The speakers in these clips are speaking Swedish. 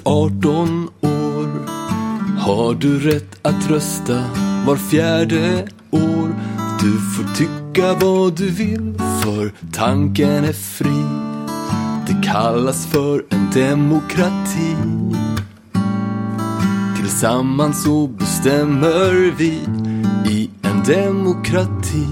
18 år har du rätt att rösta var 4:e år. Du får tycka vad du vill för tanken är fri. Det kallas för en demokrati. Tillsammans så bestämmer vi i en demokrati.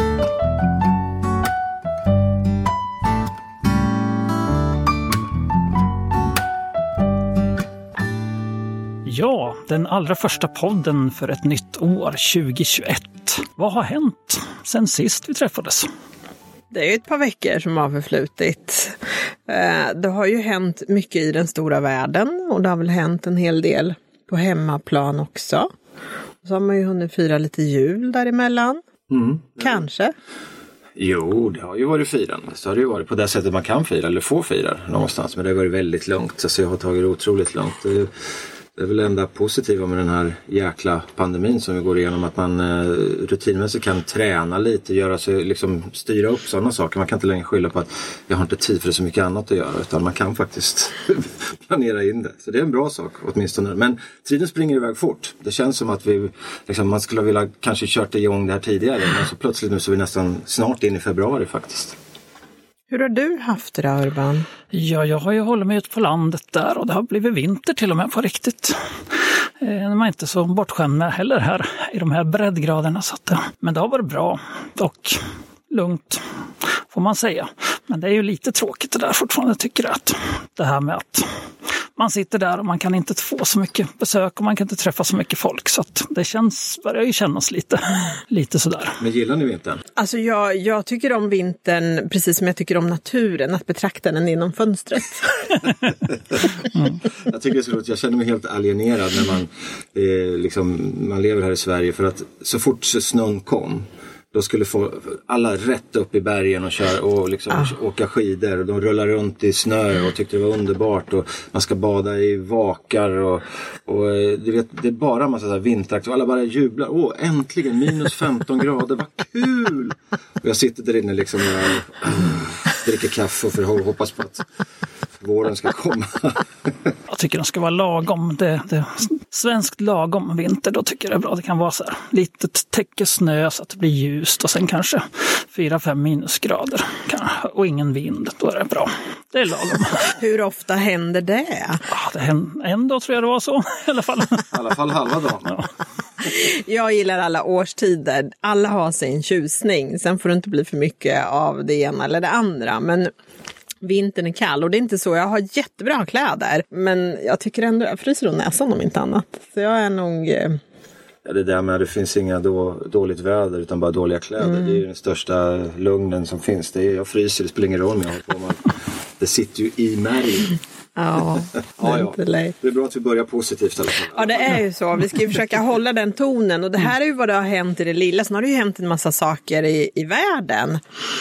Ja, den allra första podden för ett nytt år, 2021. Vad har hänt sen sist vi träffades? Det är ju ett par veckor som har förflutit. Det har ju hänt mycket i den stora världen och det har väl hänt en hel del på hemmaplan också. Så har man ju hunnit fira lite jul däremellan. Kanske. Jo, det har ju varit firande. Så har det ju varit på det sättet man kan fira eller får fira någonstans. Men det har varit väldigt långt. Så jag har tagit det otroligt långt. Det är väl enda positiva med den här jäkla pandemin som vi går igenom, att man rutinmässigt kan träna lite, göra sig, liksom styra upp sådana saker. Man kan inte längre skylla på att jag har inte tid för det så mycket annat att göra, utan man kan faktiskt planera in det. Så det är en bra sak åtminstone. Men tiden springer iväg fort. Det känns som att vi, liksom, man skulle vilja kanske kört igång det här tidigare, men så plötsligt nu så är vi nästan snart in i februari faktiskt. Hur har du haft det, Urban? Ja, jag har ju hållit mig ut på landet där och det har blivit vinter till och med på riktigt. Man är inte så bortskämd med heller här i de här breddgraderna. Så att, men det har varit bra och lugnt får man säga. Men det är ju lite tråkigt det där fortfarande, tycker jag, att det här med att man sitter där och man kan inte få så mycket besök och man kan inte träffa så mycket folk. Så att det börjar ju kännas lite sådär. Men gillar ni vintern? Alltså jag tycker om vintern precis som jag tycker om naturen, att betrakta den inom fönstret. Jag tycker det är så roligt. Jag känner mig helt alienerad när man lever här i Sverige, för att så fort snön kom, då skulle få alla rätt upp i bergen och köra och liksom åka skidor, och de rullar runt i snö och tyckte det var underbart, och man ska bada i vakar och du vet, det är bara en massa vinterakt och alla bara jublar. Äntligen minus 15 grader, vad kul! Och jag sitter där inne liksom och dricker kaffe för att hoppas på att våren ska komma. Jag tycker den ska vara lagom. Det svenskt lagom vinter, då tycker jag det är bra. Det kan vara så här litet täcke snö så att det blir ljust och sen kanske 4-5 minusgrader och ingen vind. Då är det bra. Det är lagom. Hur ofta händer det? Det händer en dag, tror jag det var så i alla fall. I alla fall halva dagen. Ja. Jag gillar alla årstider. Alla har sin tjusning. Sen får det inte bli för mycket av det ena eller det andra. Men vintern är kall och det är inte så. Jag har jättebra kläder. Men jag tycker ändå jag fryser om näsan om inte annat. Så jag är nog... Ja, det där med att det finns inga dåligt väder utan bara dåliga kläder. Det är ju den största lugnen som finns. Jag fryser, det spelar ingen roll om jag har på mig. Det sitter ju i märgen. Ja, det är bra att vi börjar positivt i alla fall. Ja, det är ju så. Vi ska ju försöka hålla den tonen. Och det här är ju vad det har hänt i det lilla. Sen har det ju hänt en massa saker i världen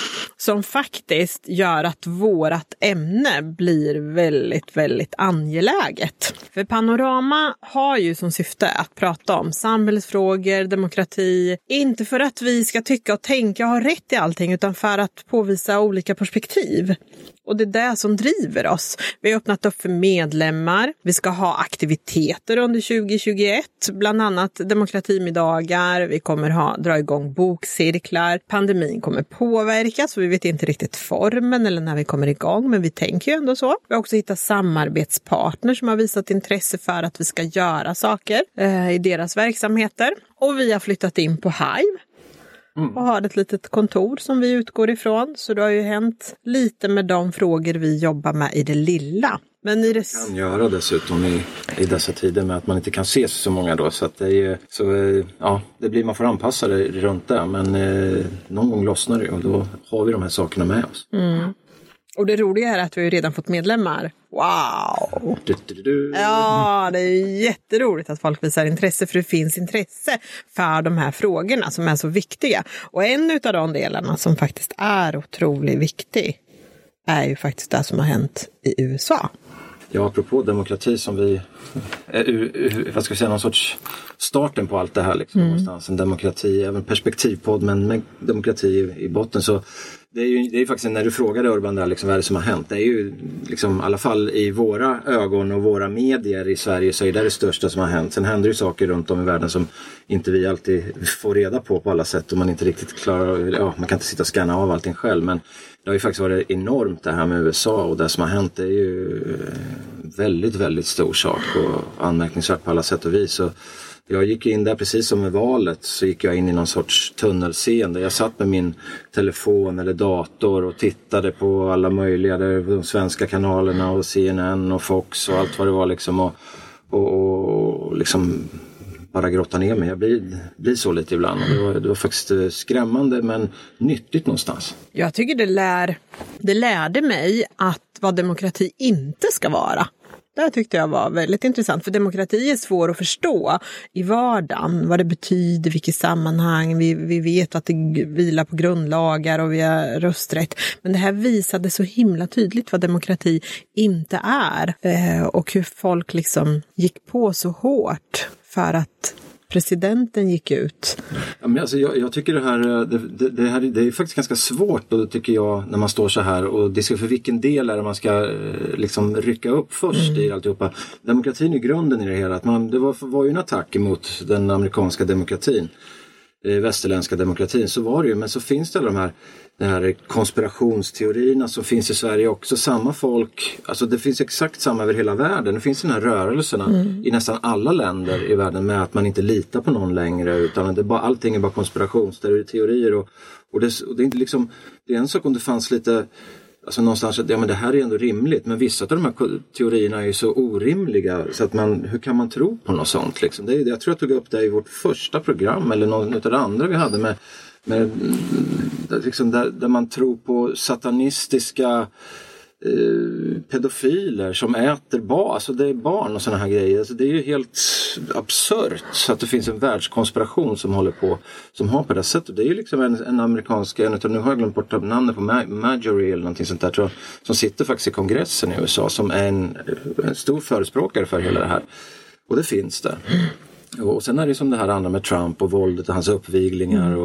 som faktiskt gör att vårat ämne blir väldigt, väldigt angeläget. För Panorama har ju som syfte att prata om samhällsfrågor, demokrati. Inte för att vi ska tycka och tänka och ha rätt i allting, utan för att påvisa olika perspektiv. Och det är det som driver oss. Vi har öppnat upp för medlemmar. Vi ska ha aktiviteter under 2021. Bland annat demokratimiddagar. Vi kommer dra igång bokcirklar. Pandemin kommer påverka, så vi vet inte riktigt formen eller när vi kommer igång. Men vi tänker ju ändå så. Vi har också hittat samarbetspartner som har visat intresse för att vi ska göra saker i deras verksamheter. Och vi har flyttat in på Hive. Och har ett litet kontor som vi utgår ifrån. Så det har ju hänt lite med de frågor vi jobbar med i det lilla. Men kan göra dessutom i dessa tider med att man inte kan ses så många då. Så att det är det blir, man får anpassa det runt det. Men någon gång lossnar det och då har vi de här sakerna med oss. Och det roliga är att vi har redan fått medlemmar. Wow! Ja, det är jätteroligt att folk visar intresse, för det finns intresse för de här frågorna som är så viktiga. Och en av de delarna som faktiskt är otroligt viktig är ju faktiskt det som har hänt i USA. Ja, apropå demokrati som vi, vad ska vi säga, någon sorts starten på allt det här liksom, någonstans. En demokrati, även perspektivpodd, men med demokrati i botten. Så Det är ju faktiskt när du frågade Urban där liksom, vad är det som har hänt. Det är ju liksom, i alla fall i våra ögon och våra medier i Sverige så är det största som har hänt. Sen händer ju saker runt om i världen som inte vi alltid får reda på alla sätt och man inte riktigt klarar, man kan inte sitta och scanna av allting själv. Men det har ju faktiskt varit enormt det här med USA och det som har hänt är ju väldigt, väldigt stor sak och anmärkningsvärt på alla sätt och vis. Så jag gick in där precis som med valet så gick jag in i någon sorts tunnelseende. Jag satt med min telefon eller dator och tittade på alla möjliga, de svenska kanalerna och CNN och Fox och allt vad det var liksom och liksom bara grotta ner mig. Jag blir så lite ibland. Det var faktiskt skrämmande men nyttigt någonstans. Jag tycker det lärde mig att vad demokrati inte ska vara. Det tyckte jag var väldigt intressant, för demokrati är svår att förstå i vardagen, vad det betyder, vilket sammanhang, vi vet att det vilar på grundlagar och vi har rösträtt. Men det här visade så himla tydligt vad demokrati inte är och hur folk liksom gick på så hårt för att presidenten gick ut. Ja, men alltså jag tycker det är faktiskt ganska svårt då, tycker jag, när man står så här och det ska för vilken del är det man ska liksom rycka upp först i alltihopa. Demokratin är grunden i det hela. Att det var ju en attack mot den amerikanska demokratin, västerländska demokratin, så var det ju. Men så finns det alla de här konspirationsteorierna som finns i Sverige också. Samma folk, alltså det finns exakt samma över hela världen. Det finns den här rörelserna i nästan alla länder i världen med att man inte litar på någon längre, utan allting är bara konspirationsteorier och det är inte liksom, det är en sak om det fanns lite, alltså någonstans att men det här är ändå rimligt, men vissa av de här teorierna är ju så orimliga så att hur kan man tro på något sånt liksom? Jag tror jag tog upp det i vårt första program eller något av det andra vi hade med liksom där man tror på satanistiska pedofiler som äter barn, alltså det är barn och såna här grejer. Alltså det är ju helt absurt så att det finns en världskonspiration som håller på, som har på det sättet. Det är ju liksom en amerikansk, nu har jag glömt bort namnet på Marjorie eller någonting sånt där, tror jag, som sitter faktiskt i kongressen i USA som är en stor förespråkare för hela det här. Och det finns där. Och sen är det som det här andra med Trump och våldet och hans uppviglingar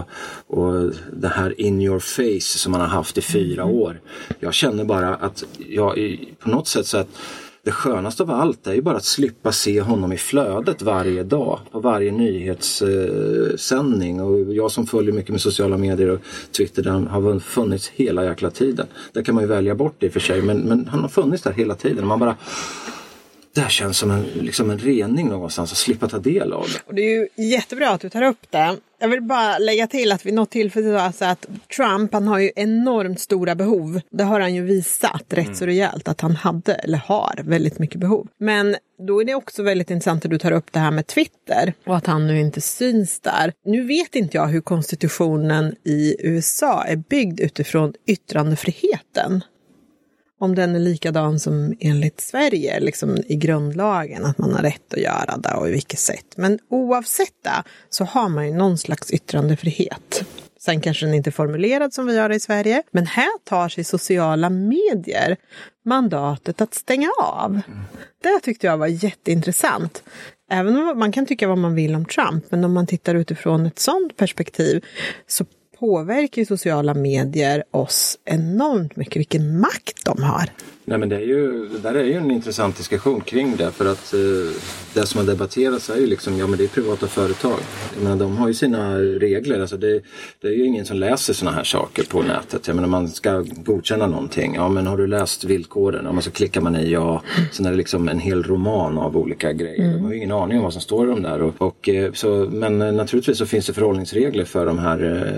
och det här in your face som man har haft i 4 år. Jag känner bara att på något sätt så att det skönaste av allt är ju bara att slippa se honom i flödet varje dag på varje nyhetssändning. Och jag som följer mycket med sociala medier och Twitter, där han har funnits hela jäkla tiden. Där kan man ju välja bort det i och för sig, men han har funnits där hela tiden. Man bara... Det här känns som en rening någonstans att slippa ta del av det. Och det är ju jättebra att du tar upp det. Jag vill bara lägga till att vid något tillfälle alltså att Trump, han har ju enormt stora behov. Det har han ju visat rätt så rejält att han hade eller har väldigt mycket behov. Men då är det också väldigt intressant att du tar upp det här med Twitter och att han nu inte syns där. Nu vet inte jag hur konstitutionen i USA är byggd utifrån yttrandefriheten. Om den är likadan som enligt Sverige, liksom i grundlagen, att man har rätt att göra det och i vilket sätt. Men oavsett det så har man ju någon slags yttrandefrihet. Sen kanske den inte är formulerad som vi gör i Sverige. Men här tar sig sociala medier mandatet att stänga av. Det tyckte jag var jätteintressant. Även om man kan tycka vad man vill om Trump, men om man tittar utifrån ett sådant perspektiv så påverkar ju sociala medier oss enormt mycket, vilken makt de har. Nej, men där är ju en intressant diskussion kring det, för att det som har debatterats är ju liksom, men det är privata företag. Men de har ju sina regler, alltså det är ju ingen som läser såna här saker på nätet. Jag menar, man ska godkänna någonting, men har du läst villkoren? Så klickar man i sen är det liksom en hel roman av olika grejer. De har ju ingen aning om vad som står i dem där. Men naturligtvis så finns det förhållningsregler för de här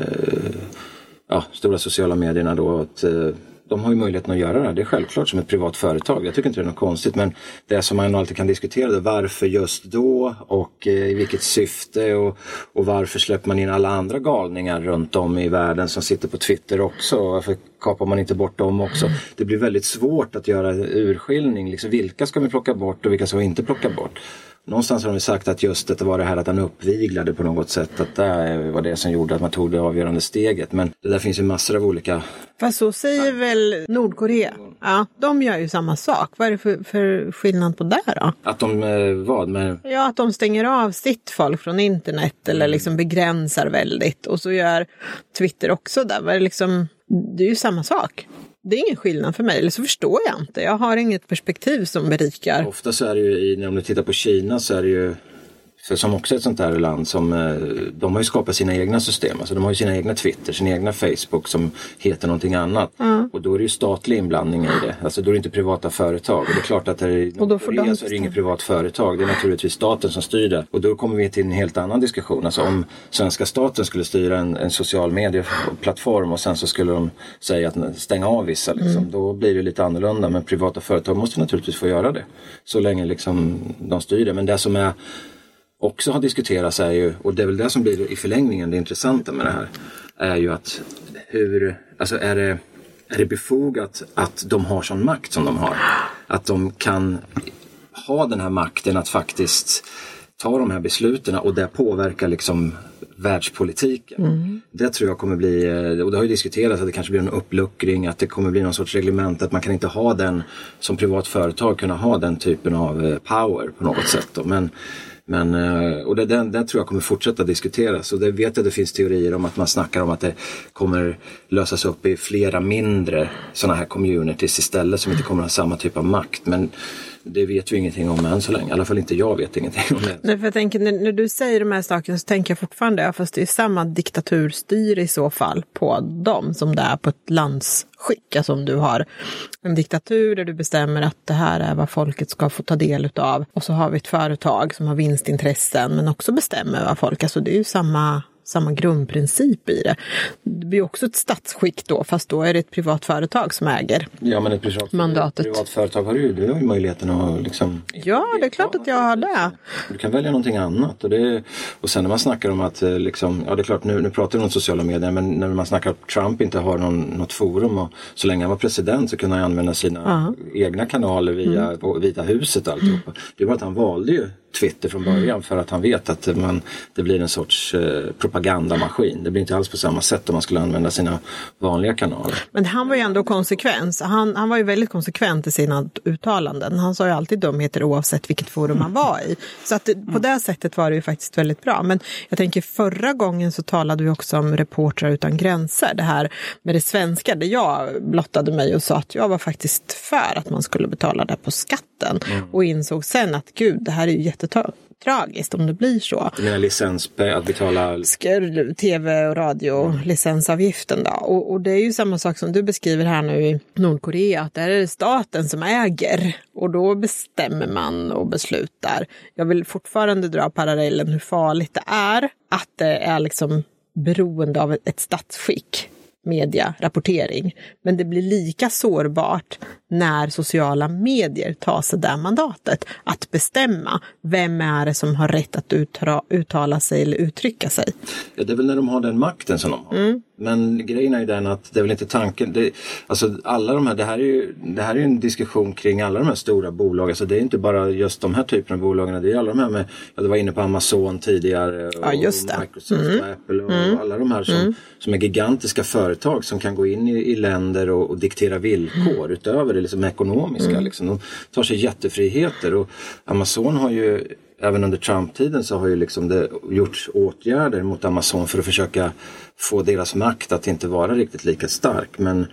stora sociala medierna då, att de har ju möjligheten att göra det. Det är självklart som ett privat företag. Jag tycker inte det är något konstigt, men det som man alltid kan diskutera det, varför just då och i vilket syfte och varför släpper man in alla andra galningar runt om i världen som sitter på Twitter också? Varför kapar man inte bort dem också? Det blir väldigt svårt att göra urskiljning. Liksom, vilka ska vi plocka bort och vilka ska vi inte plocka bort? Någonstans har de sagt att just det var det här att han uppviglade på något sätt, att det var det som gjorde att man tog det avgörande steget. Men det där finns ju massor av olika... Fast så säger väl Nordkorea? Ja, de gör ju samma sak. Vad är det för skillnad på det då? Att de vad? Med... Ja, att de stänger av sitt folk från internet eller liksom begränsar väldigt. Och så gör Twitter också där. Vad är det liksom... det är ju samma sak. Det är ingen skillnad för mig, eller så förstår jag inte. Jag har inget perspektiv som berikar. Ofta så är det ju, när du tittar på Kina så är det ju, för som också är ett sånt här land som, de har ju skapat sina egna system. Alltså de har ju sina egna Twitter, sina egna Facebook som heter någonting annat. Och då är det ju statlig inblandning i det. Alltså då är det inte privata företag. Och det är klart att det är, och då får de så är det inget privat företag. Det är naturligtvis staten som styr det. Och då kommer vi till en helt annan diskussion. Alltså om svenska staten skulle styra en social medieplattform och sen så skulle de säga att stänga av vissa. Liksom, då blir det lite annorlunda. Men privata företag måste naturligtvis få göra det. Så länge liksom de styr det. Men det som är också har diskuterats är ju, och det är väl det som blir i förlängningen det intressanta med det här, är ju att alltså är det befogat att de har sån makt som de har? Att de kan ha den här makten att faktiskt ta de här besluten och det påverkar liksom världspolitiken. Det tror jag kommer bli, och det har ju diskuterats att det kanske blir en uppluckring, att det kommer bli någon sorts reglement, att man kan inte ha den som privat företag, kunna ha den typen av power på något sätt då. Men och det tror jag kommer fortsätta diskuteras, och det vet jag det finns teorier om att man snackar om att det kommer lösas upp i flera mindre sådana här communities istället som inte kommer ha samma typ av makt, men det vet ju ingenting om än så länge. I alla fall inte jag vet ingenting om det. Nej, för jag tänker, när du säger de här sakerna så tänker jag fortfarande, fast det är samma diktaturstyr i så fall på dem som det är på ett landsskick. Alltså om du har en diktatur där du bestämmer att det här är vad folket ska få ta del utav, och så har vi ett företag som har vinstintressen men också bestämmer vad folk, alltså det är ju samma grundprincip i det. Det blir också ett statsskick då, fast då är det ett privat företag som äger men ett mandatet. Privat företag har ju möjligheten att liksom... Ja, det är klart att jag har det. Du kan välja någonting annat. Och sen när man snackar om att liksom, ja det är klart, nu pratar vi om sociala medier, men när man snackar att Trump inte har något forum, och så länge han var president så kunde han använda sina egna kanaler via Vita huset och alltihopa. Det är bara att han valde ju Twitter från början för att han vet att det blir en sorts propagandamaskin. Det blir inte alls på samma sätt om man skulle använda sina vanliga kanaler. Men han var ju ändå konsekvent. Han var ju väldigt konsekvent i sina uttalanden. Han sa ju alltid dumheter oavsett vilket forum han var i. Så att på det sättet var det ju faktiskt väldigt bra. Men jag tänker, förra gången så talade vi också om Reportrar utan gränser. Det här med det svenska, där jag blottade mig och sa att jag var faktiskt för att man skulle betala det på skatten. Och insåg sen att gud, det här är ju jättetragiskt om det blir så. Du menar att betala tv- och radiolicensavgiften då. Och det är ju samma sak som du beskriver här nu i Nordkorea, att där är det staten som äger och då bestämmer man och beslutar. Jag vill fortfarande dra parallellen hur farligt det är att det är liksom beroende av ett statsskick. Media, rapportering. Men det blir lika sårbart när sociala medier tar sig där mandatet att bestämma vem är det som har rätt att uttala sig eller uttrycka sig. Ja, det är väl när de har den makten som de har. Men grejen är ju den att det är väl inte tanken. Alltså alla de här, det här är ju en diskussion kring alla de här stora bolagen. Alltså det är inte bara just de här typerna av bolagen. Det är alla de här med, du var inne på Amazon tidigare och Microsoft och Apple och alla de här som är gigantiska företag som kan gå in i länder och diktera villkor utöver det liksom ekonomiska. Liksom. De tar sig jättefriheter, och Amazon har ju även under Trump-tiden så har ju liksom det gjorts åtgärder mot Amazon för att försöka få deras makt att inte vara riktigt lika stark. Men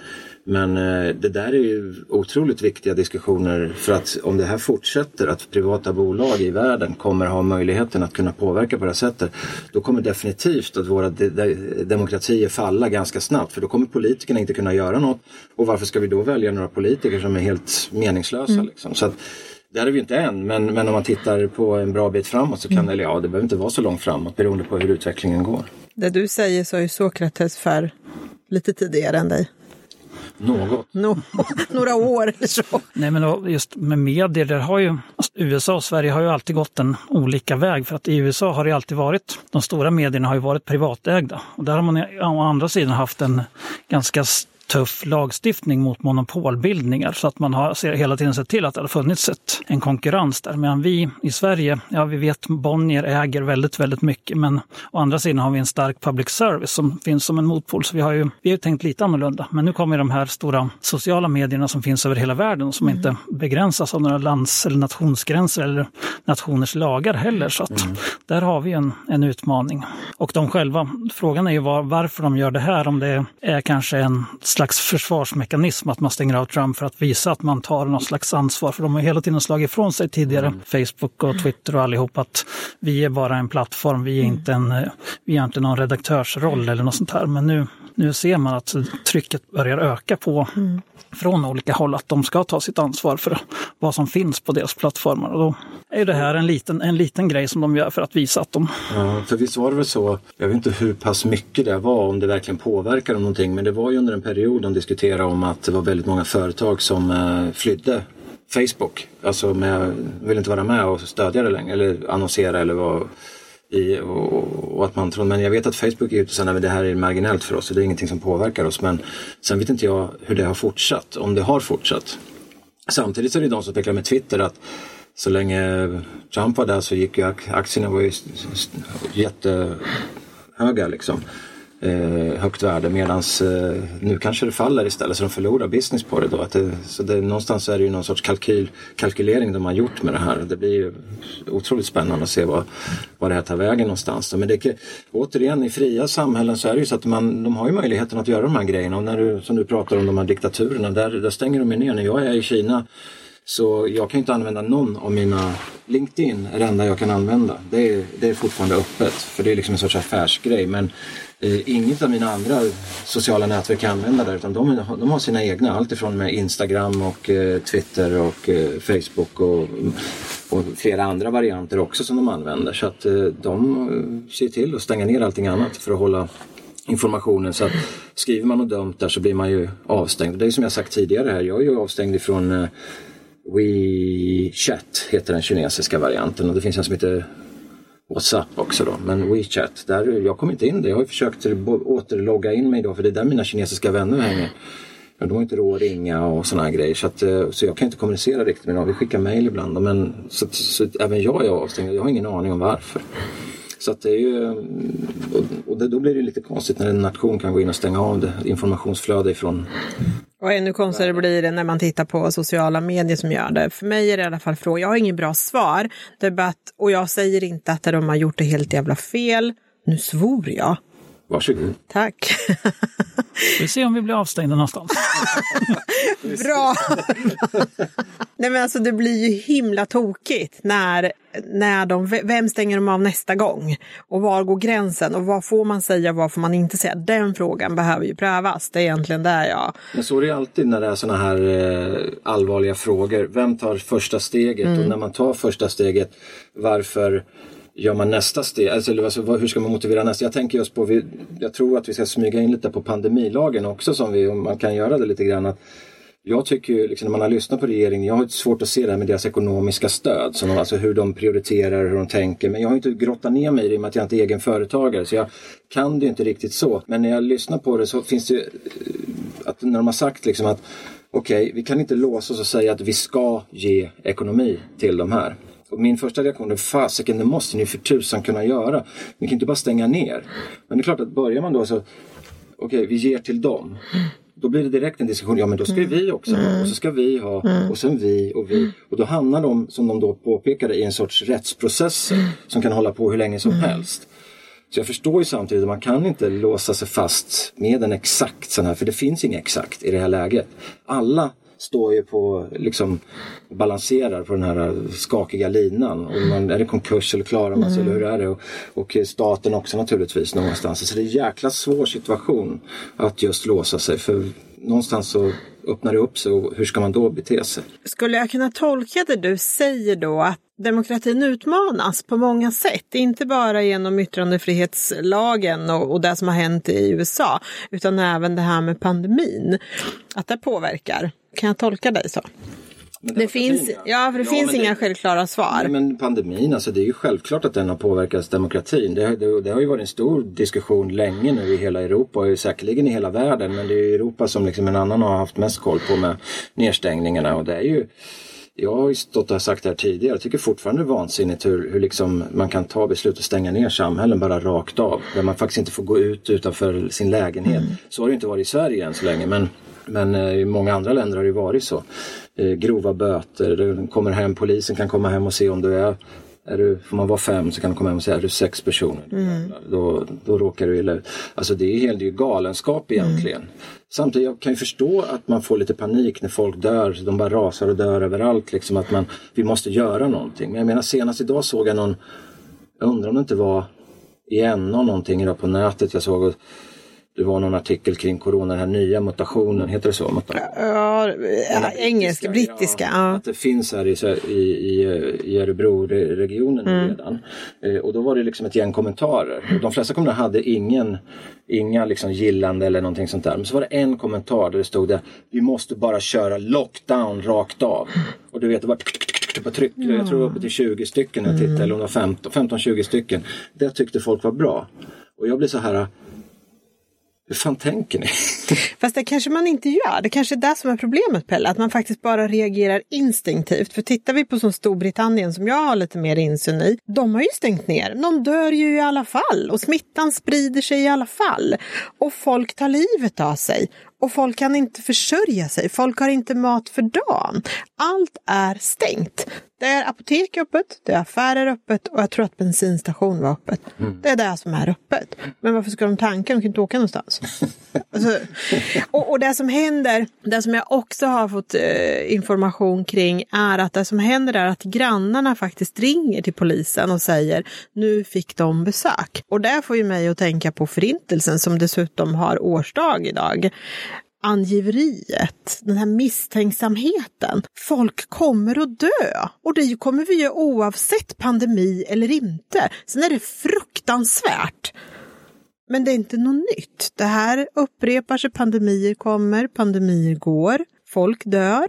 det där är ju otroligt viktiga diskussioner, för att om det här fortsätter, att privata bolag i världen kommer ha möjligheten att kunna påverka på det här sättet, då kommer definitivt att våra demokratier falla ganska snabbt, för då kommer politikerna inte kunna göra något. Och varför ska vi då välja några politiker som är helt meningslösa liksom? Så att där är vi inte än, men om man tittar på en bra bit framåt så kan det behöver inte vara så långt framåt beroende på hur utvecklingen går. Det du säger så är ju Sokrates för lite tidigare än dig. Några år eller så. Nej, men just med medier, där har ju USA och Sverige har ju alltid gått en olika väg, för att i USA har det alltid varit, de stora medierna har ju varit privatägda, och där har man å andra sidan haft en ganska tuff lagstiftning mot monopolbildningar så att man har hela tiden sett till att det har funnits en konkurrens där. Men vi i Sverige, vi vet Bonnier äger väldigt, väldigt mycket, men å andra sidan har vi en stark public service som finns som en motpol. Så vi har ju tänkt lite annorlunda. Men nu kommer de här stora sociala medierna som finns över hela världen och som inte begränsas av några lands- eller nationsgränser eller nationers lagar heller. Så att där har vi en utmaning. Och de själva, frågan är ju varför de gör det här, om det är kanske en slags försvarsmekanism att man stänger av Trump för att visa att man tar någon slags ansvar. För de har hela tiden slagit ifrån sig tidigare, Facebook och Twitter och allihop, att vi är bara en plattform, vi är inte någon redaktörsroll eller något sånt här. Men nu ser man att trycket börjar öka på från olika håll att de ska ta sitt ansvar för vad som finns på deras plattformar. Och då är det här en liten grej som de gör för att visa att de... Ja, för visst var det väl så, jag vet inte hur pass mycket det var, om det verkligen påverkar någonting, men det var ju under en period de diskuterade om att det var väldigt många företag som flydde Facebook. Alltså vill inte vara med och stödja det längre, eller annonsera eller vad... och att man tror, men jag vet att Facebook är ute och säger att det här är marginellt för oss och det är ingenting som påverkar oss, men sen vet inte jag hur det har fortsatt, om det har fortsatt. Samtidigt så är det de som speklar med Twitter att så länge Trump var där så gick ju aktierna var ju jättehöga liksom. Högt värde, medans nu kanske det faller istället, så de förlorar business på det då. Någonstans är det ju någon sorts kalkylering de har gjort med det här. Det blir ju otroligt spännande att se vad det här tar vägen någonstans. Men återigen, i fria samhällen så är det ju så att de har ju möjligheten att göra de här grejerna. Och som du pratar om de här diktaturerna, där stänger de ner. När jag är i Kina så jag kan inte använda någon av mina... LinkedIn är det enda jag kan använda. Det är fortfarande öppet, för det är liksom en sorts affärsgrej. Men inget av mina andra sociala nätverk kan använda där, utan de har sina egna. Allt ifrån med Instagram och Twitter och Facebook och flera andra varianter också som de använder. Så att de ser till att stänga ner allting annat för att hålla informationen. Så att skriver man något dumt där så blir man ju avstängd. Det är som jag sagt tidigare här, jag är ju avstängd ifrån WeChat heter den kinesiska varianten, och det finns en som heter WhatsApp också då, men WeChat, där jag kom inte in det. Jag har ju försökt återlogga in mig då, för det är där mina kinesiska vänner hänger. De har inte råd att ringa och såna här grejer, så jag kan inte kommunicera riktigt med dem. Vi skickar mejl ibland, men så även jag är avstängd. Jag har ingen aning om varför. Så att det är ju, och då blir det lite konstigt när en nation kan gå in och stänga av det informationsflöde ifrån. Och ännu konstigare blir det när man tittar på sociala medier som gör det. För mig är det i alla fall fråga. Jag har ingen bra svar. Och jag säger inte att de har gjort det helt jävla fel. Nu svor jag. Varsågod. Tack. Vi ser om vi blir avstängda någonstans. Bra. Nej, men alltså det blir ju himla tokigt när vem stänger de av nästa gång? Och var går gränsen? Och vad får man säga, vad får man inte säga? Den frågan behöver ju prövas. Det är egentligen där jag... Men så är det alltid när det är såna här allvarliga frågor. Vem tar första steget? Och när man tar första steget, varför gör man nästa steg? Alltså, hur ska man motivera nästa? Jag tänker just på, jag tror att vi ska smyga in lite på pandemilagen också, om man kan göra det lite grann. Att jag tycker ju, liksom, när man har lyssnat på regeringen, jag har svårt att se det här med deras ekonomiska stöd. Alltså hur de prioriterar, hur de tänker. Men jag har inte grottat ner mig i det med att jag inte är egen företagare. Så jag kan det inte riktigt så. Men när jag lyssnar på det så finns det att när de har sagt liksom att okej, vi kan inte låsa oss och säga att vi ska ge ekonomi till de här. Och min första reaktion är, fasiken, det måste ni för tusan kunna göra. Ni kan inte bara stänga ner. Men det är klart att börjar man då så, okej, vi ger till dem. Då blir det direkt en diskussion, ja men då ska vi också ha, och så ska vi ha, och sen vi och vi. Och då hamnar de, som de då påpekade, i en sorts rättsprocess som kan hålla på hur länge som helst. Så jag förstår ju samtidigt att man kan inte låsa sig fast med en exakt sån här, för det finns inget exakt i det här läget. Alla står ju på, liksom, balanserar på den här skakiga linan. Och är det konkurs eller klarar man sig, eller hur är det? Och staten också naturligtvis någonstans. Så det är en jäkla svår situation att just låsa sig. För någonstans så öppnar det upp sig, och hur ska man då bete sig? Skulle jag kunna tolka det du säger då, att demokratin utmanas på många sätt, inte bara genom yttrandefrihetslagen och det som har hänt i USA, utan även det här med pandemin, att det påverkar? Kan jag tolka dig så? Det finns inga självklara svar. Nej, men pandemin, alltså det är ju självklart att den har påverkat demokratin. Det har ju varit en stor diskussion länge nu i hela Europa och säkerligen i hela världen. Men det är ju Europa som liksom en annan har haft mest koll på med nedstängningarna. Och det är ju, jag har ju stått och sagt det här tidigare, jag tycker fortfarande det är vansinnigt hur liksom man kan ta beslut och stänga ner samhällen bara rakt av. Där man faktiskt inte får gå ut utanför sin lägenhet. Så har det inte varit i Sverige än så länge, men i många andra länder har det varit så. Grova böter, kommer hem, polisen kan komma hem och se om du får man vara 5 så kan de komma hem och säga är du 6 personer. Då råkar du illa ut. Alltså det är ju galenskap egentligen. Samtidigt jag kan ju förstå att man får lite panik när folk dör. De bara rasar och dör överallt. Liksom att vi måste göra någonting. Men jag menar senast idag såg jag jag undrar om det inte var i någonting idag på nätet jag såg. Det var någon artikel kring corona, den här nya mutationen, heter det så? Ja, engelska, brittiska. Ja. Att det finns här i Örebro-regionen redan. Och då var det liksom ett gäng kommentarer. Och de flesta kommentarer hade inga liksom gillande eller någonting sånt där. Men så var det en kommentar där det stod det: vi måste bara köra lockdown rakt av. Och du vet, det var på tryck, jag tror uppe till 20 stycken jag tittade, eller om det var 15-20 stycken. Det tyckte folk var bra. Och jag blev så här: hur fan tänker ni? Fast det kanske man inte gör. Det kanske är det som är problemet, Pelle. Att man faktiskt bara reagerar instinktivt. För tittar vi på som Storbritannien som jag har lite mer insyn i. De har ju stängt ner. De dör ju i alla fall. Och smittan sprider sig i alla fall. Och folk tar livet av sig. Och folk kan inte försörja sig. Folk har inte mat för dagen. Allt är stängt. Det är apotek öppet, det är affärer öppet och jag tror att bensinstation var öppet. Det är det som är öppet. Men varför ska de tanka? De kan inte åka någonstans. Alltså, och det som händer, det som jag också har fått information kring är att det som händer är att grannarna faktiskt ringer till polisen och säger nu fick de besök. Och det får ju mig att tänka på Förintelsen som dessutom har årsdag idag. Angiveriet, den här misstänksamheten. Folk kommer att dö. Och det kommer vi ju oavsett pandemi eller inte. Sen är det fruktansvärt. Men det är inte något nytt. Det här upprepar sig. Pandemier kommer, pandemier går. Folk dör.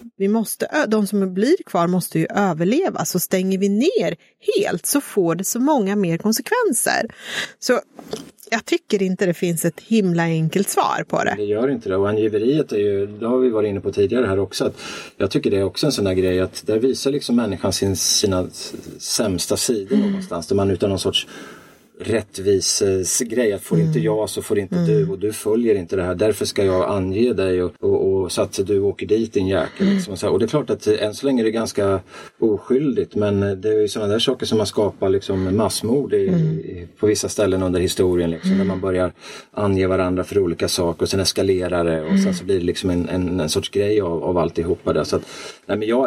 De som blir kvar måste ju överleva. Så stänger vi ner helt så får det så många mer konsekvenser. Så jag tycker inte det finns ett himla enkelt svar på det. Det gör inte det. Och angiveriet är ju, det har vi varit inne på tidigare här också. Att jag tycker det är också en sån där grej att där visar liksom människan sina sämsta sidor någonstans. Där man utan någon sorts rättvis grej att får inte jag så får inte du och du följer inte det här, därför ska jag ange dig och så att du åker dit din jäkel liksom. Och det är klart att än så länge är det ganska oskyldigt, men det är ju sådana där saker som man skapar liksom massmord på vissa ställen under historien liksom, där man börjar ange varandra för olika saker och sen eskalerar det och sen så blir det liksom en sorts grej av alltihopa där. Så att, nej, men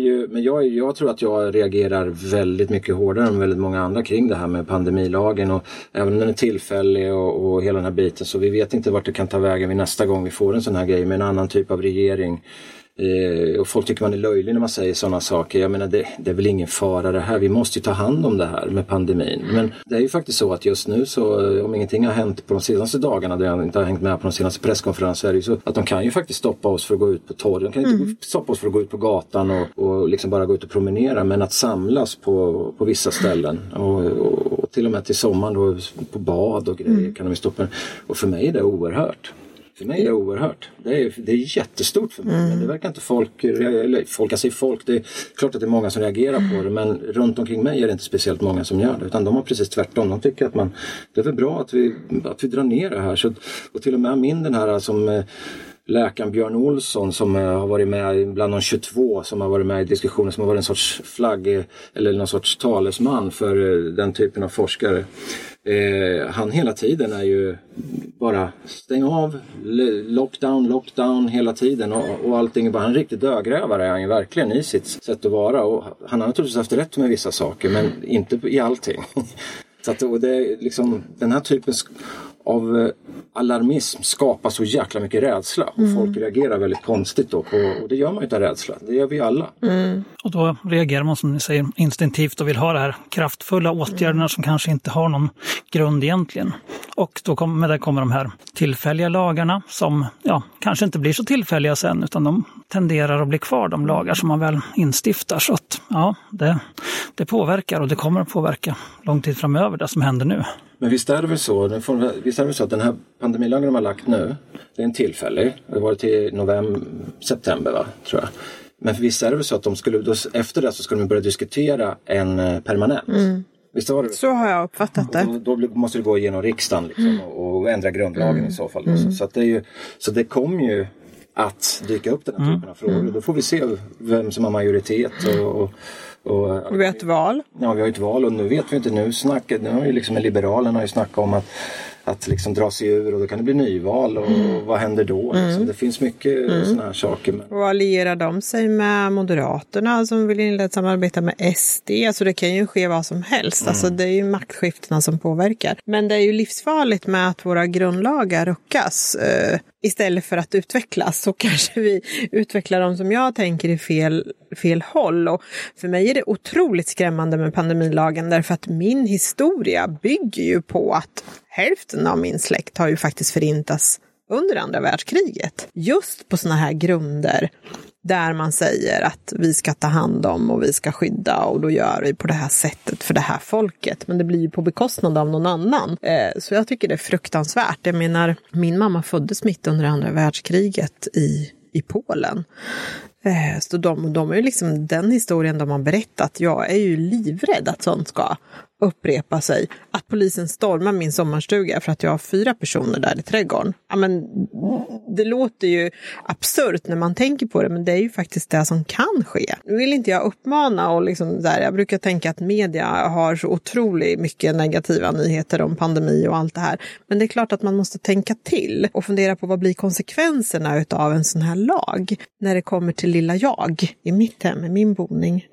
jag tror att jag reagerar väldigt mycket hårdare än väldigt många andra kring det här med pandemilagen. Och även om den är tillfällig och hela den här biten, så vi vet inte vart det kan ta vägen vid nästa gång vi får en sån här grej med en annan typ av regering. Och folk tycker man är löjlig när man säger sådana saker. Jag menar det är väl ingen fara det här. Vi måste ju ta hand om det här med pandemin. Men det är ju faktiskt så att just nu så om ingenting har hänt på de senaste dagarna, där jag inte har hängt med på de senaste presskonferenser, är det ju så att de kan ju faktiskt stoppa oss för att gå ut på torg. De kan inte stoppa oss för att gå ut på gatan och liksom bara gå ut och promenera, men att samlas på vissa ställen och till och med till sommaren då, på bad och grejer kan de stoppa. Och för mig är det oerhört. För mig är det oerhört. Det är jättestort för mig. Men det verkar inte folk kan säga folk. Det är klart att det är många som reagerar på det. Men runt omkring mig är det inte speciellt många som gör det. Utan de har precis tvärtom. De tycker att det är väl bra att vi drar ner det här. Så, och till och med den här som läkaren Björn Olsson som har varit med bland de 22 som har varit med i diskussioner, som har varit en sorts flagg eller någon sorts talesman för den typen av forskare. Han hela tiden är ju bara stäng av, lockdown hela tiden och allting är bara en riktig dödgrävare är han ju verkligen i sitt sätt att vara, och han har naturligtvis haft rätt med vissa saker men inte i allting. Så att, och det är liksom den här typen av alarmism skapar så jäkla mycket rädsla och folk reagerar väldigt konstigt då och det gör man ju inte rädsla, det gör vi alla. Och då reagerar man som ni säger instinktivt och vill ha det här kraftfulla åtgärderna som kanske inte har någon grund egentligen. Och då med det kommer de här tillfälliga lagarna som kanske inte blir så tillfälliga sen, utan de tenderar att bli kvar, de lagar som man väl instiftar. Så att det påverkar, och det kommer att påverka lång tid framöver det som händer nu. Men visst är det väl så att den här pandemilagen de har lagt nu, det är en tillfällig. Det var till september va, tror jag. Men visst är det väl så att efter det så ska de börja diskutera en permanent. Visst var det? Så har jag uppfattat det. Då måste det gå igenom riksdagen liksom, och ändra grundlagen i så fall. Så att det kommer ju att dyka upp den här typen av frågor. Då får vi se vem som har majoritet och vi har ett val. Ja, vi har ett val, och nu vet vi inte. Nu har ju liksom Liberalerna ju snackat om att liksom dra sig ur, och då kan det bli nyval, och vad händer då? Liksom. Det finns mycket sådana här saker. Och allierar de sig med Moderaterna som vill inleda samarbeta med SD? Alltså det kan ju ske vad som helst. Alltså det är ju maktskiftena som påverkar. Men det är ju livsfarligt med att våra grundlagar ruckas. Istället för att utvecklas så kanske vi utvecklar dem som jag tänker i fel håll. Och för mig är det otroligt skrämmande med pandemilagen, därför att min historia bygger ju på att hälften av min släkt har ju faktiskt förintats under andra världskriget. Just på såna här grunder där man säger att vi ska ta hand om och vi ska skydda, och då gör vi på det här sättet för det här folket. Men det blir ju på bekostnad av någon annan. Så jag tycker det är fruktansvärt. Jag menar, min mamma föddes mitt under andra världskriget i Polen. Så de är ju liksom den historien de har berättat. Jag är ju livrädd att sånt ska upprepa sig. Att polisen stormar min sommarstuga för att jag har 4 personer där i trädgården. Ja, men det låter ju absurt när man tänker på det, men det är ju faktiskt det som kan ske. Nu vill inte jag uppmana, och liksom där, jag brukar tänka att media har så otroligt mycket negativa nyheter om pandemi och allt det här. Men det är klart att man måste tänka till och fundera på vad blir konsekvenserna utav en sån här lag när det kommer till lilla jag i mitt hem, i min boning.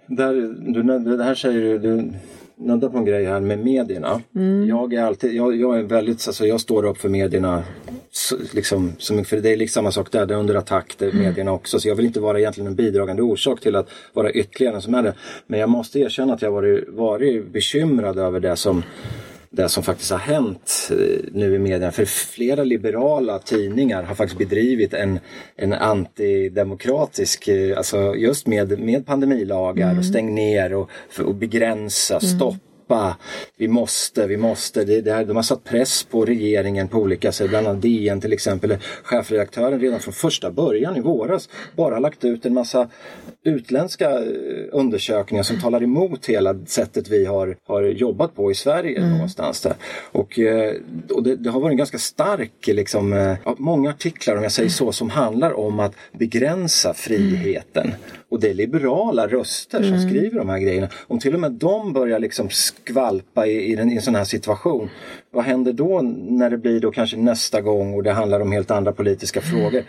Det här säger du nödda på en grej här med medierna. Jag är väldigt, alltså jag står upp för medierna liksom, för det är liksom samma sak där, det är under attack, det är medierna också, så jag vill inte vara egentligen en bidragande orsak till att vara ytterligare en som är det. Men jag måste erkänna att jag varit bekymrad över det som faktiskt har hänt nu i medierna. För flera liberala tidningar har faktiskt bedrivit en antidemokratisk, alltså just med pandemilagar och stäng ner och begränsa, stoppa. Vi måste. De har satt press på regeringen på olika sätt. Bland annat DN till exempel. Chefredaktören redan från första början i våras bara har lagt ut en massa utländska undersökningar som talar emot hela sättet vi har jobbat på i Sverige någonstans där. Och det har varit en ganska stark liksom, många artiklar, om jag säger så, som handlar om att begränsa friheten. Och det är liberala röster som skriver de här grejerna. Om till och med de börjar liksom skvalpa i en sån här situation, vad händer då när det blir då kanske nästa gång och det handlar om helt andra politiska frågor?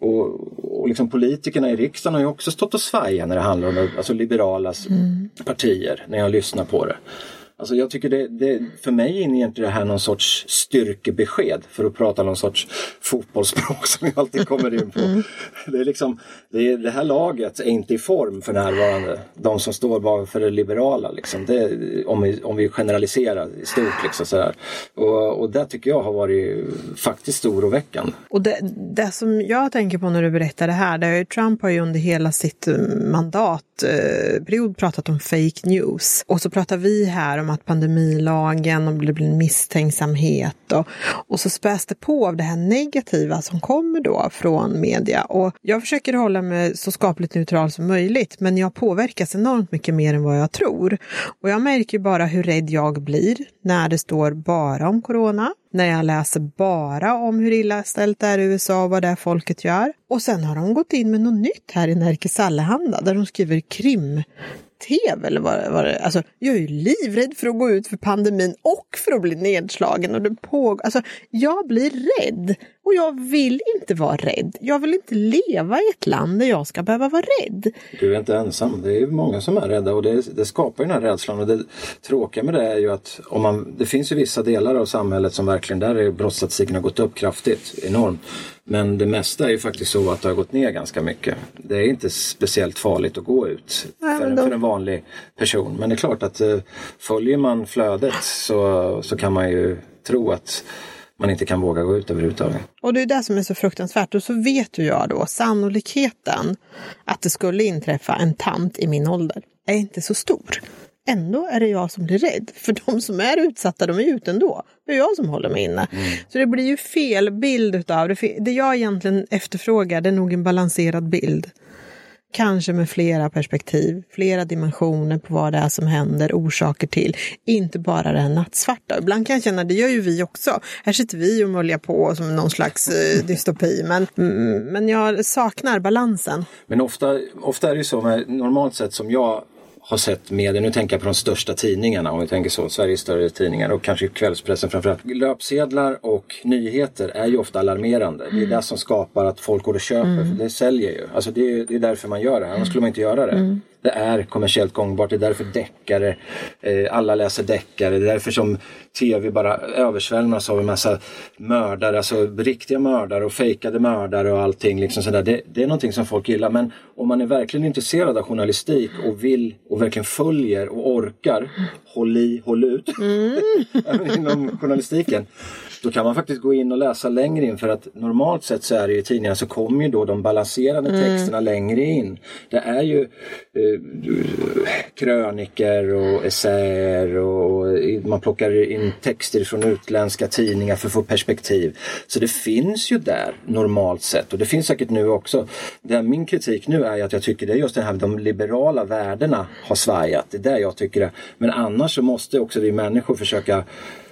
Och liksom politikerna i riksdagen har ju också stått och svaja när det handlar om alltså liberalas partier, när jag lyssnar på det. Alltså jag tycker det för mig är inte det här någon sorts styrkebesked, för att prata någon sorts fotbollsspråk som jag alltid kommer in på. Det är liksom, det här laget är inte i form för närvarande. De som står bara för det liberala liksom. Det, om vi generaliserar i stort liksom sådär. Och det tycker jag har varit faktiskt oroväckande. Och det som jag tänker på när du berättar det här, det är ju Trump har ju under hela sitt mandatperiod pratat om fake news. Och så pratar vi här om att pandemilagen, och det blir en misstänksamhet och så späs det på av det här negativa som kommer då från media. Och jag försöker hålla mig så skapligt neutral som möjligt, men jag påverkas enormt mycket mer än vad jag tror. Och jag märker bara hur rädd jag blir när det står bara om corona, när jag läser bara om hur illa ställt det är i USA och vad det är folket gör. Och sen har de gått in med något nytt här i Nerikes Allehanda där de skriver krim-tv eller vad det är. Alltså, jag är ju livrädd för att gå ut för pandemin och för att bli nedslagen. Och alltså, jag blir rädd. Och jag vill inte vara rädd. Jag vill inte leva i ett land där jag ska behöva vara rädd. Du är inte ensam. Det är många som är rädda. Och det skapar ju den här rädslan. Och det tråkiga med det är ju att det finns ju vissa delar av samhället som verkligen, där är brottsstatistiken har gått upp kraftigt. Enormt. Men det mesta är ju faktiskt så att det har gått ner ganska mycket. Det är inte speciellt farligt att gå ut för en vanlig person. Men det är klart att följer man flödet så kan man ju tro att man inte kan våga gå ut överhuvudtaget. Och det är det som är så fruktansvärt. Och så vet ju jag då, sannolikheten att det skulle inträffa en tant i min ålder är inte så stor. Ändå är det jag som blir rädd. För de som är utsatta, de är ute ändå. Det är jag som håller mig inne. Så det blir ju fel bild utav det. Det jag egentligen efterfrågar, det är nog en balanserad bild. Kanske med flera perspektiv, flera dimensioner på vad det är som händer, orsaker till. Inte bara det här nattsvarta. Ibland kan jag känna, det gör ju vi också. Här sitter vi och möljer på som någon slags dystopi. Men jag saknar balansen. Men ofta är det ju så, med normalt sett som jag har sett media, nu tänker jag på de största tidningarna, om vi tänker så, Sveriges större tidningar och kanske kvällspressen framförallt. Löpsedlar och nyheter är ju ofta alarmerande. Det är det som skapar att folk går och köper, för det säljer ju. Alltså det är därför man gör det, annars skulle man inte göra det. Det är kommersiellt gångbart, det är därför deckare, alla läser deckare, det är därför som tv bara översvämmas av en massa mördare, alltså riktiga mördare och fejkade mördare och allting liksom sådär. Det är någonting som folk gillar, men om man är verkligen intresserad av journalistik och vill och verkligen följer och orkar, håll ut inom journalistiken, då kan man faktiskt gå in och läsa längre in, för att normalt sett så är det ju i tidningarna så kommer ju då de balanserade texterna längre in. Det är ju kröniker och essäer och man plockar in texter från utländska tidningar för att få perspektiv. Så det finns ju där normalt sett, och det finns säkert nu också. Min kritik nu är att jag tycker det är just det här, de liberala värdena har svajat. Det är där jag tycker det. Men annars så måste också vi människor försöka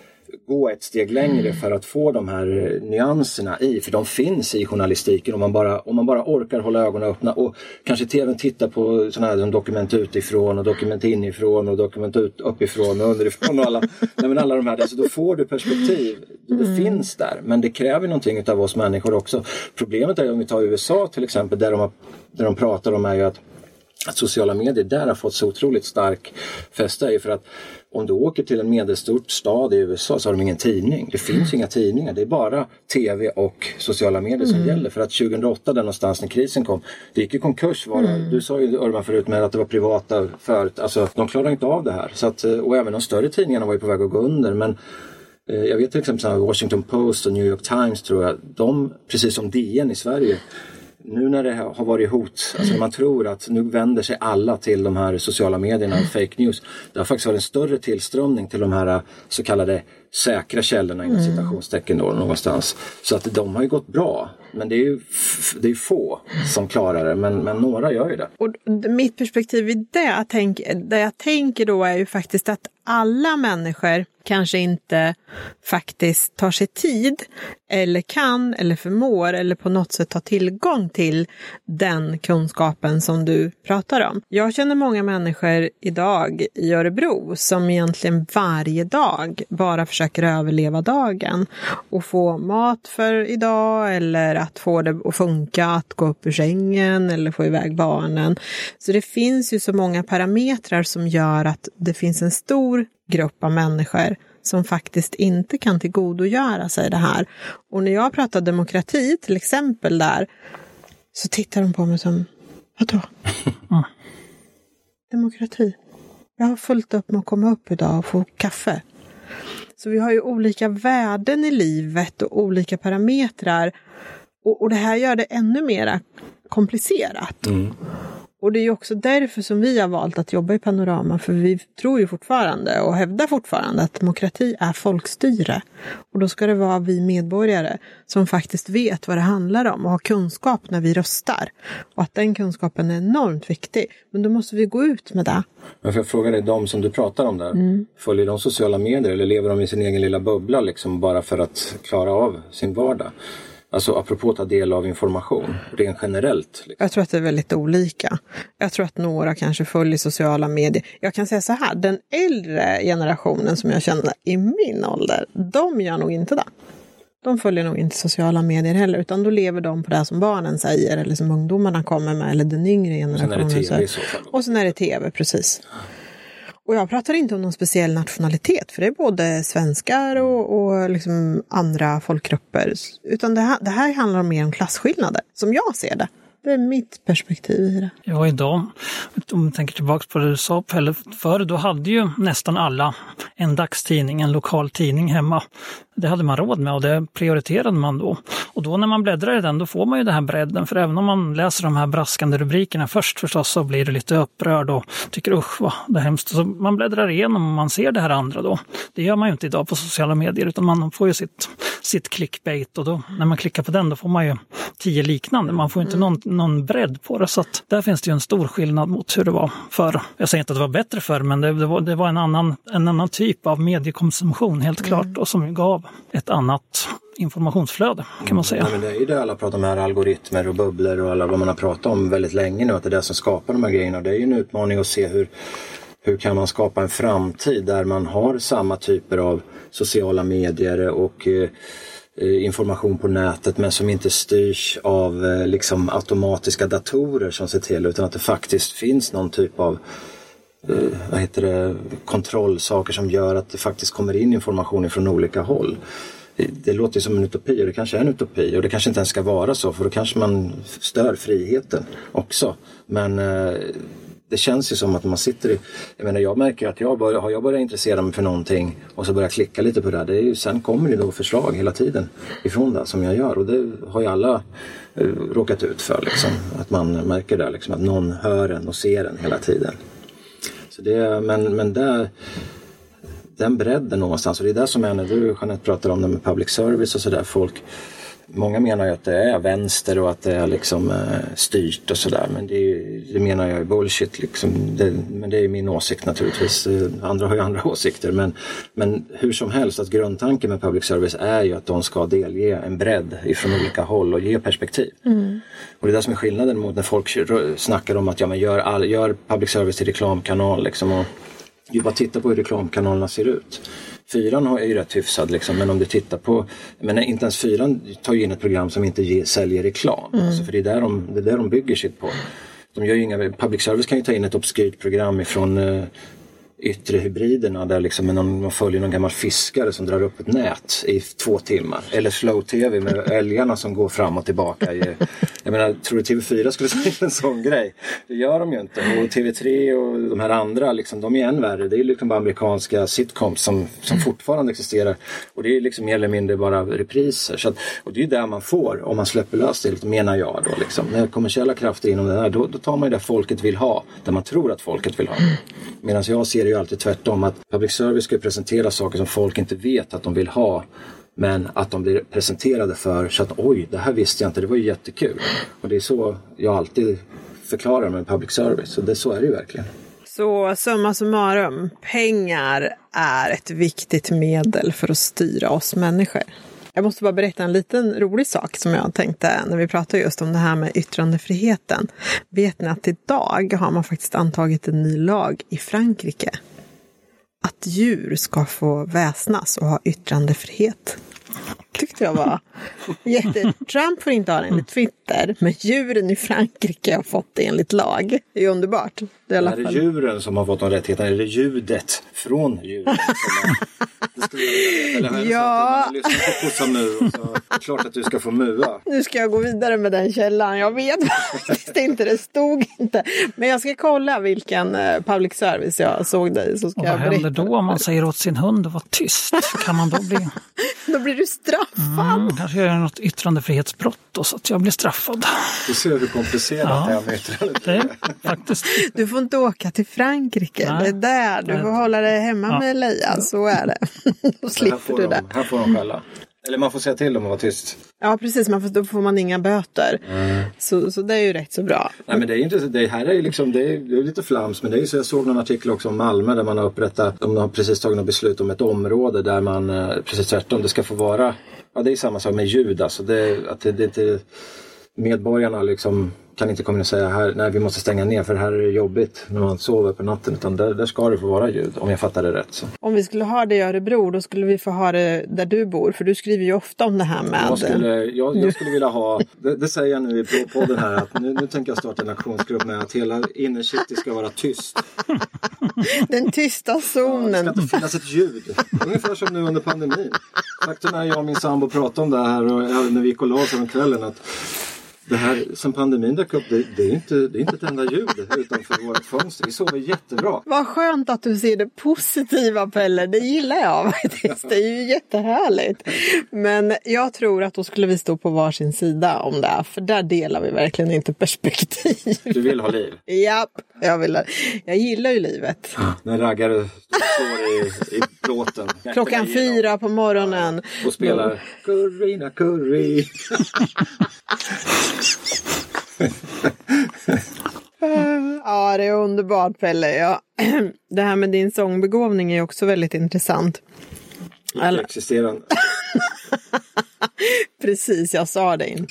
gå ett steg längre för att få de här nyanserna i, för de finns i journalistiken om man bara orkar hålla ögonen öppna och kanske tvn tittar på sådana här dokument utifrån och dokument inifrån och dokument uppifrån och underifrån och alla de här, alltså då får du perspektiv. Det finns där, men det kräver någonting av oss människor också. Problemet är om vi tar USA till exempel, där de pratar om är ju att sociala medier där har fått så otroligt stark fäste, för att om du åker till en medelstort stad i USA så har de ingen tidning. Det finns inga tidningar. Det är bara tv och sociala medier som gäller. För att 2008 där någonstans när krisen kom, det gick i konkurs. Du sa ju Urban förut med att det var privata förut. Alltså de klarar inte av det här. Så att, och även de större tidningarna var ju på väg att gå under. Men jag vet till exempel Washington Post och New York Times, tror jag. De, precis som DN i Sverige, nu när det har varit hot, alltså när man tror att nu vänder sig alla till de här sociala medierna och fake news, det har faktiskt varit en större tillströmning till de här så kallade säkra källorna inom citationstecken då någonstans. Så att de har ju gått bra, men det är ju få som klarar det, men några gör ju det. Och mitt perspektiv i det jag tänker då är ju faktiskt att alla människor kanske inte faktiskt tar sig tid eller kan eller förmår eller på något sätt har tillgång till den kunskapen som du pratar om. Jag känner många människor idag i Örebro som egentligen varje dag bara försöker överleva dagen och få mat för idag eller att få det att funka, att gå upp ur sängen eller få iväg barnen. Så det finns ju så många parametrar som gör att det finns en stor grupp av människor som faktiskt inte kan tillgodogöra sig det här. Och när jag pratar demokrati till exempel där, så tittar de på mig som, vadå? Demokrati. Jag har fullt upp med att komma upp idag och få kaffe. Så vi har ju olika värden i livet och olika parametrar. Och det här gör det ännu mer komplicerat. Och det är ju också därför som vi har valt att jobba i Panorama. För vi tror ju fortfarande och hävdar fortfarande att demokrati är folkstyre. Och då ska det vara vi medborgare som faktiskt vet vad det handlar om och har kunskap när vi röstar. Och att den kunskapen är enormt viktig. Men då måste vi gå ut med det. Men för jag frågar dig, de som du pratar om där, följer de sociala medier eller lever de i sin egen lilla bubbla liksom bara för att klara av sin vardag? Alltså apropå att ta del av information, rent generellt. Liksom. Jag tror att det är väldigt olika. Jag tror att några kanske följer sociala medier. Jag kan säga så här, den äldre generationen som jag känner i min ålder, de gör nog inte det. De följer nog inte sociala medier heller, utan då lever de på det som barnen säger eller som ungdomarna kommer med, eller den yngre generationen. Och sen är det tv i så fall. Och sen är det tv, precis. Och jag pratar inte om någon speciell nationalitet, för det är både svenskar och liksom andra folkgrupper. Utan det här handlar mer om klasskillnader, som jag ser det. Det är mitt perspektiv i det. Ja, idag, om du tänker tillbaka på det du sa, Pelle, förr då hade ju nästan alla en dagstidning, en lokal tidning hemma. Det hade man råd med och det prioriterade man då. Och då när man bläddrar i den, då får man ju den här bredden. För även om man läser de här braskande rubrikerna först förstås, så blir det lite upprörd och tycker usch vad det är hemskt. Så man bläddrar igenom och man ser det här andra då. Det gör man ju inte idag på sociala medier, utan man får ju sitt clickbait, och då när man klickar på den då får man ju 10 liknande. Man får inte någon bredd på det, så att där finns det ju en stor skillnad mot hur det var förr. Jag säger inte att det var bättre förr, men det var en annan typ av mediekonsumtion helt klart, och som gav ett annat informationsflöde kan man säga. Ja, men det är ju det alla pratar om här, algoritmer och bubblor och alla vad man har pratat om väldigt länge nu, att det är det som skapar de här grejerna. Det är ju en utmaning att se hur kan man skapa en framtid där man har samma typer av sociala medier och information på nätet, men som inte styrs av liksom automatiska datorer som ser till, utan att det faktiskt finns någon typ av kontrollsaker som gör att det faktiskt kommer in information från olika håll. Det låter som en utopi, och det kanske är en utopi, och det kanske inte ens ska vara så, för då kanske man stör friheten också. Men det känns ju som att man sitter i... Jag märker att jag börjar intressera mig för någonting och så börjar klicka lite på det här. Sen kommer det då förslag hela tiden ifrån det som jag gör, och det har ju alla råkat ut för liksom, att man märker det liksom, att någon hör en och ser en hela tiden. Så det, men det, den bredden någonstans, och det är det som är när du, Jeanette, pratar om det med public service och sådär. Många menar ju att det är vänster och att det är liksom styrt och sådär, men det menar jag är bullshit liksom. Men det är min åsikt naturligtvis. Andra har ju andra åsikter, men hur som helst, att grundtanken med public service är ju att de ska delge en bredd ifrån olika håll och ge perspektiv. Och det är det som är skillnaden mot när folk snackar om att gör public service till reklamkanal liksom, och ju bara titta på hur reklamkanalerna ser ut. 4 är ju rätt hyfsad liksom, men om du tittar på, men inte ens 4 tar ju in ett program som inte säljer reklam. Alltså, för det är där de bygger sitt på. De gör ju public service kan ju ta in ett obskyrt program ifrån yttre hybriderna där liksom man följer någon gammal fiskare som drar upp ett nät i 2 timmar. Eller slow-tv med älgarna som går fram och tillbaka. Tror du TV4 skulle säga en sån grej? Det gör de ju inte. Och TV3 och de här andra, liksom, de är än värre. Det är liksom bara amerikanska sitcoms som fortfarande existerar. Och det är liksom mer eller mindre bara repriser. Så och det är ju där man får, om man släpper lös det, menar jag då. Liksom. När kommersiella krafter inom det här, då tar man ju det folket vill ha. Där man tror att folket vill ha. Medan jag ser det ju alltid tvärtom, att public service ska presentera saker som folk inte vet att de vill ha, men att de blir presenterade för, så att oj, det här visste jag inte, det var ju jättekul. Och det är så jag alltid förklarar med public service, och så är det ju verkligen. Så summa summarum, pengar är ett viktigt medel för att styra oss människor. Jag måste bara berätta en liten rolig sak som jag tänkte när vi pratar just om det här med yttrandefriheten. Vet ni att idag har man faktiskt antagit en ny lag i Frankrike? Att djur ska få väsnas och ha yttrandefrihet. Tyckte jag var Trump får inte ha det enligt Twitter, men djuren i Frankrike har fått det enligt lag. Det är underbart. Det är det djuren som har fått de rättigheterna, eller ljudet från djuren? Ja. Man lyssnar på kossan nu och så är det klart att du ska få mua. Nu ska jag gå vidare med den källan. Jag vet faktiskt inte, det stod inte. Men jag ska kolla vilken public service jag såg dig. Så ska och vad händer då om man säger åt sin hund att vara tyst? Kan man då bli... Då blir du straffad. Kanske gör jag något yttrandefrihetsbrott då, så att jag blir straffad. Du ser hur komplicerat det är med yttrandefrihet. Faktiskt. Du får inte åka till Frankrike. Nej. Det är där. Du får hålla dig hemma med Leia. Så är det. Då slipper du det. Här får de skälla. Eller man får säga till dem att vara tyst. Ja, precis. Då får man inga böter. Så det är ju rätt så bra. Nej, men det är ju inte, det här är ju liksom, det är lite flams, men det är ju så, jag såg någon artikel också om Malmö där man har upprättat, de har precis tagit något beslut om ett område där man, precis tvärtom, det ska få vara, ja, det är samma sak med ljud, alltså det inte, medborgarna liksom kan inte komma in och säga här, nej, vi måste stänga ner för här är det jobbigt när man sover på natten, utan där ska det få vara ljud, om jag fattar det rätt. Så. Om vi skulle ha det i Örebro, då skulle vi få ha det där du bor, för du skriver ju ofta om det här med... Jag skulle vilja ha, det säger jag nu i podden här, att nu tänker jag starta en aktionsgrupp med att hela innercity ska vara tyst. Den tysta zonen. Det ska inte finnas ett ljud, ungefär som nu under pandemin. Faktum är, jag och min sambo pratade om det här och när vi gick och la oss om kvällen, att Det här som pandemin dök upp, det är inte ett enda ljud utanför vårt fönster. Vi sover jättebra. Vad skönt att du ser det positiva, Pelle. Det gillar jag faktiskt. Det är ju jättehärligt. Men jag tror att då skulle vi stå på varsin sida om det. För där delar vi verkligen inte perspektiv. Du vill ha liv? Japp, jag gillar ju livet. När raggare står i plåten. 4:00 på morgonen. Och spelar Currina Curry. Ja, det är underbart, Pelle. Ja. Det här med din sångbegåvning är också väldigt intressant. Existerande. Precis, jag sa det inte.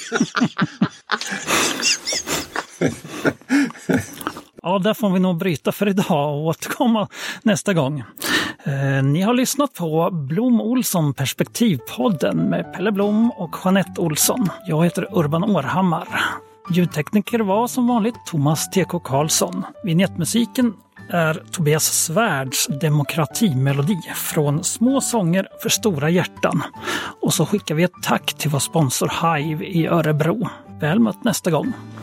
Ja, där får vi nog bryta för idag och återkomma nästa gång. Ni har lyssnat på Blom Olsson Perspektivpodden med Pelle Blom och Jeanette Olsson. Jag heter Urban Århammar. Ljudtekniker var som vanligt Thomas T.K. Karlsson. Vignettmusiken är Tobias Svärds demokratimelodi från Små sånger för stora hjärtan. Och så skickar vi ett tack till vår sponsor Hive i Örebro. Väl mött nästa gång.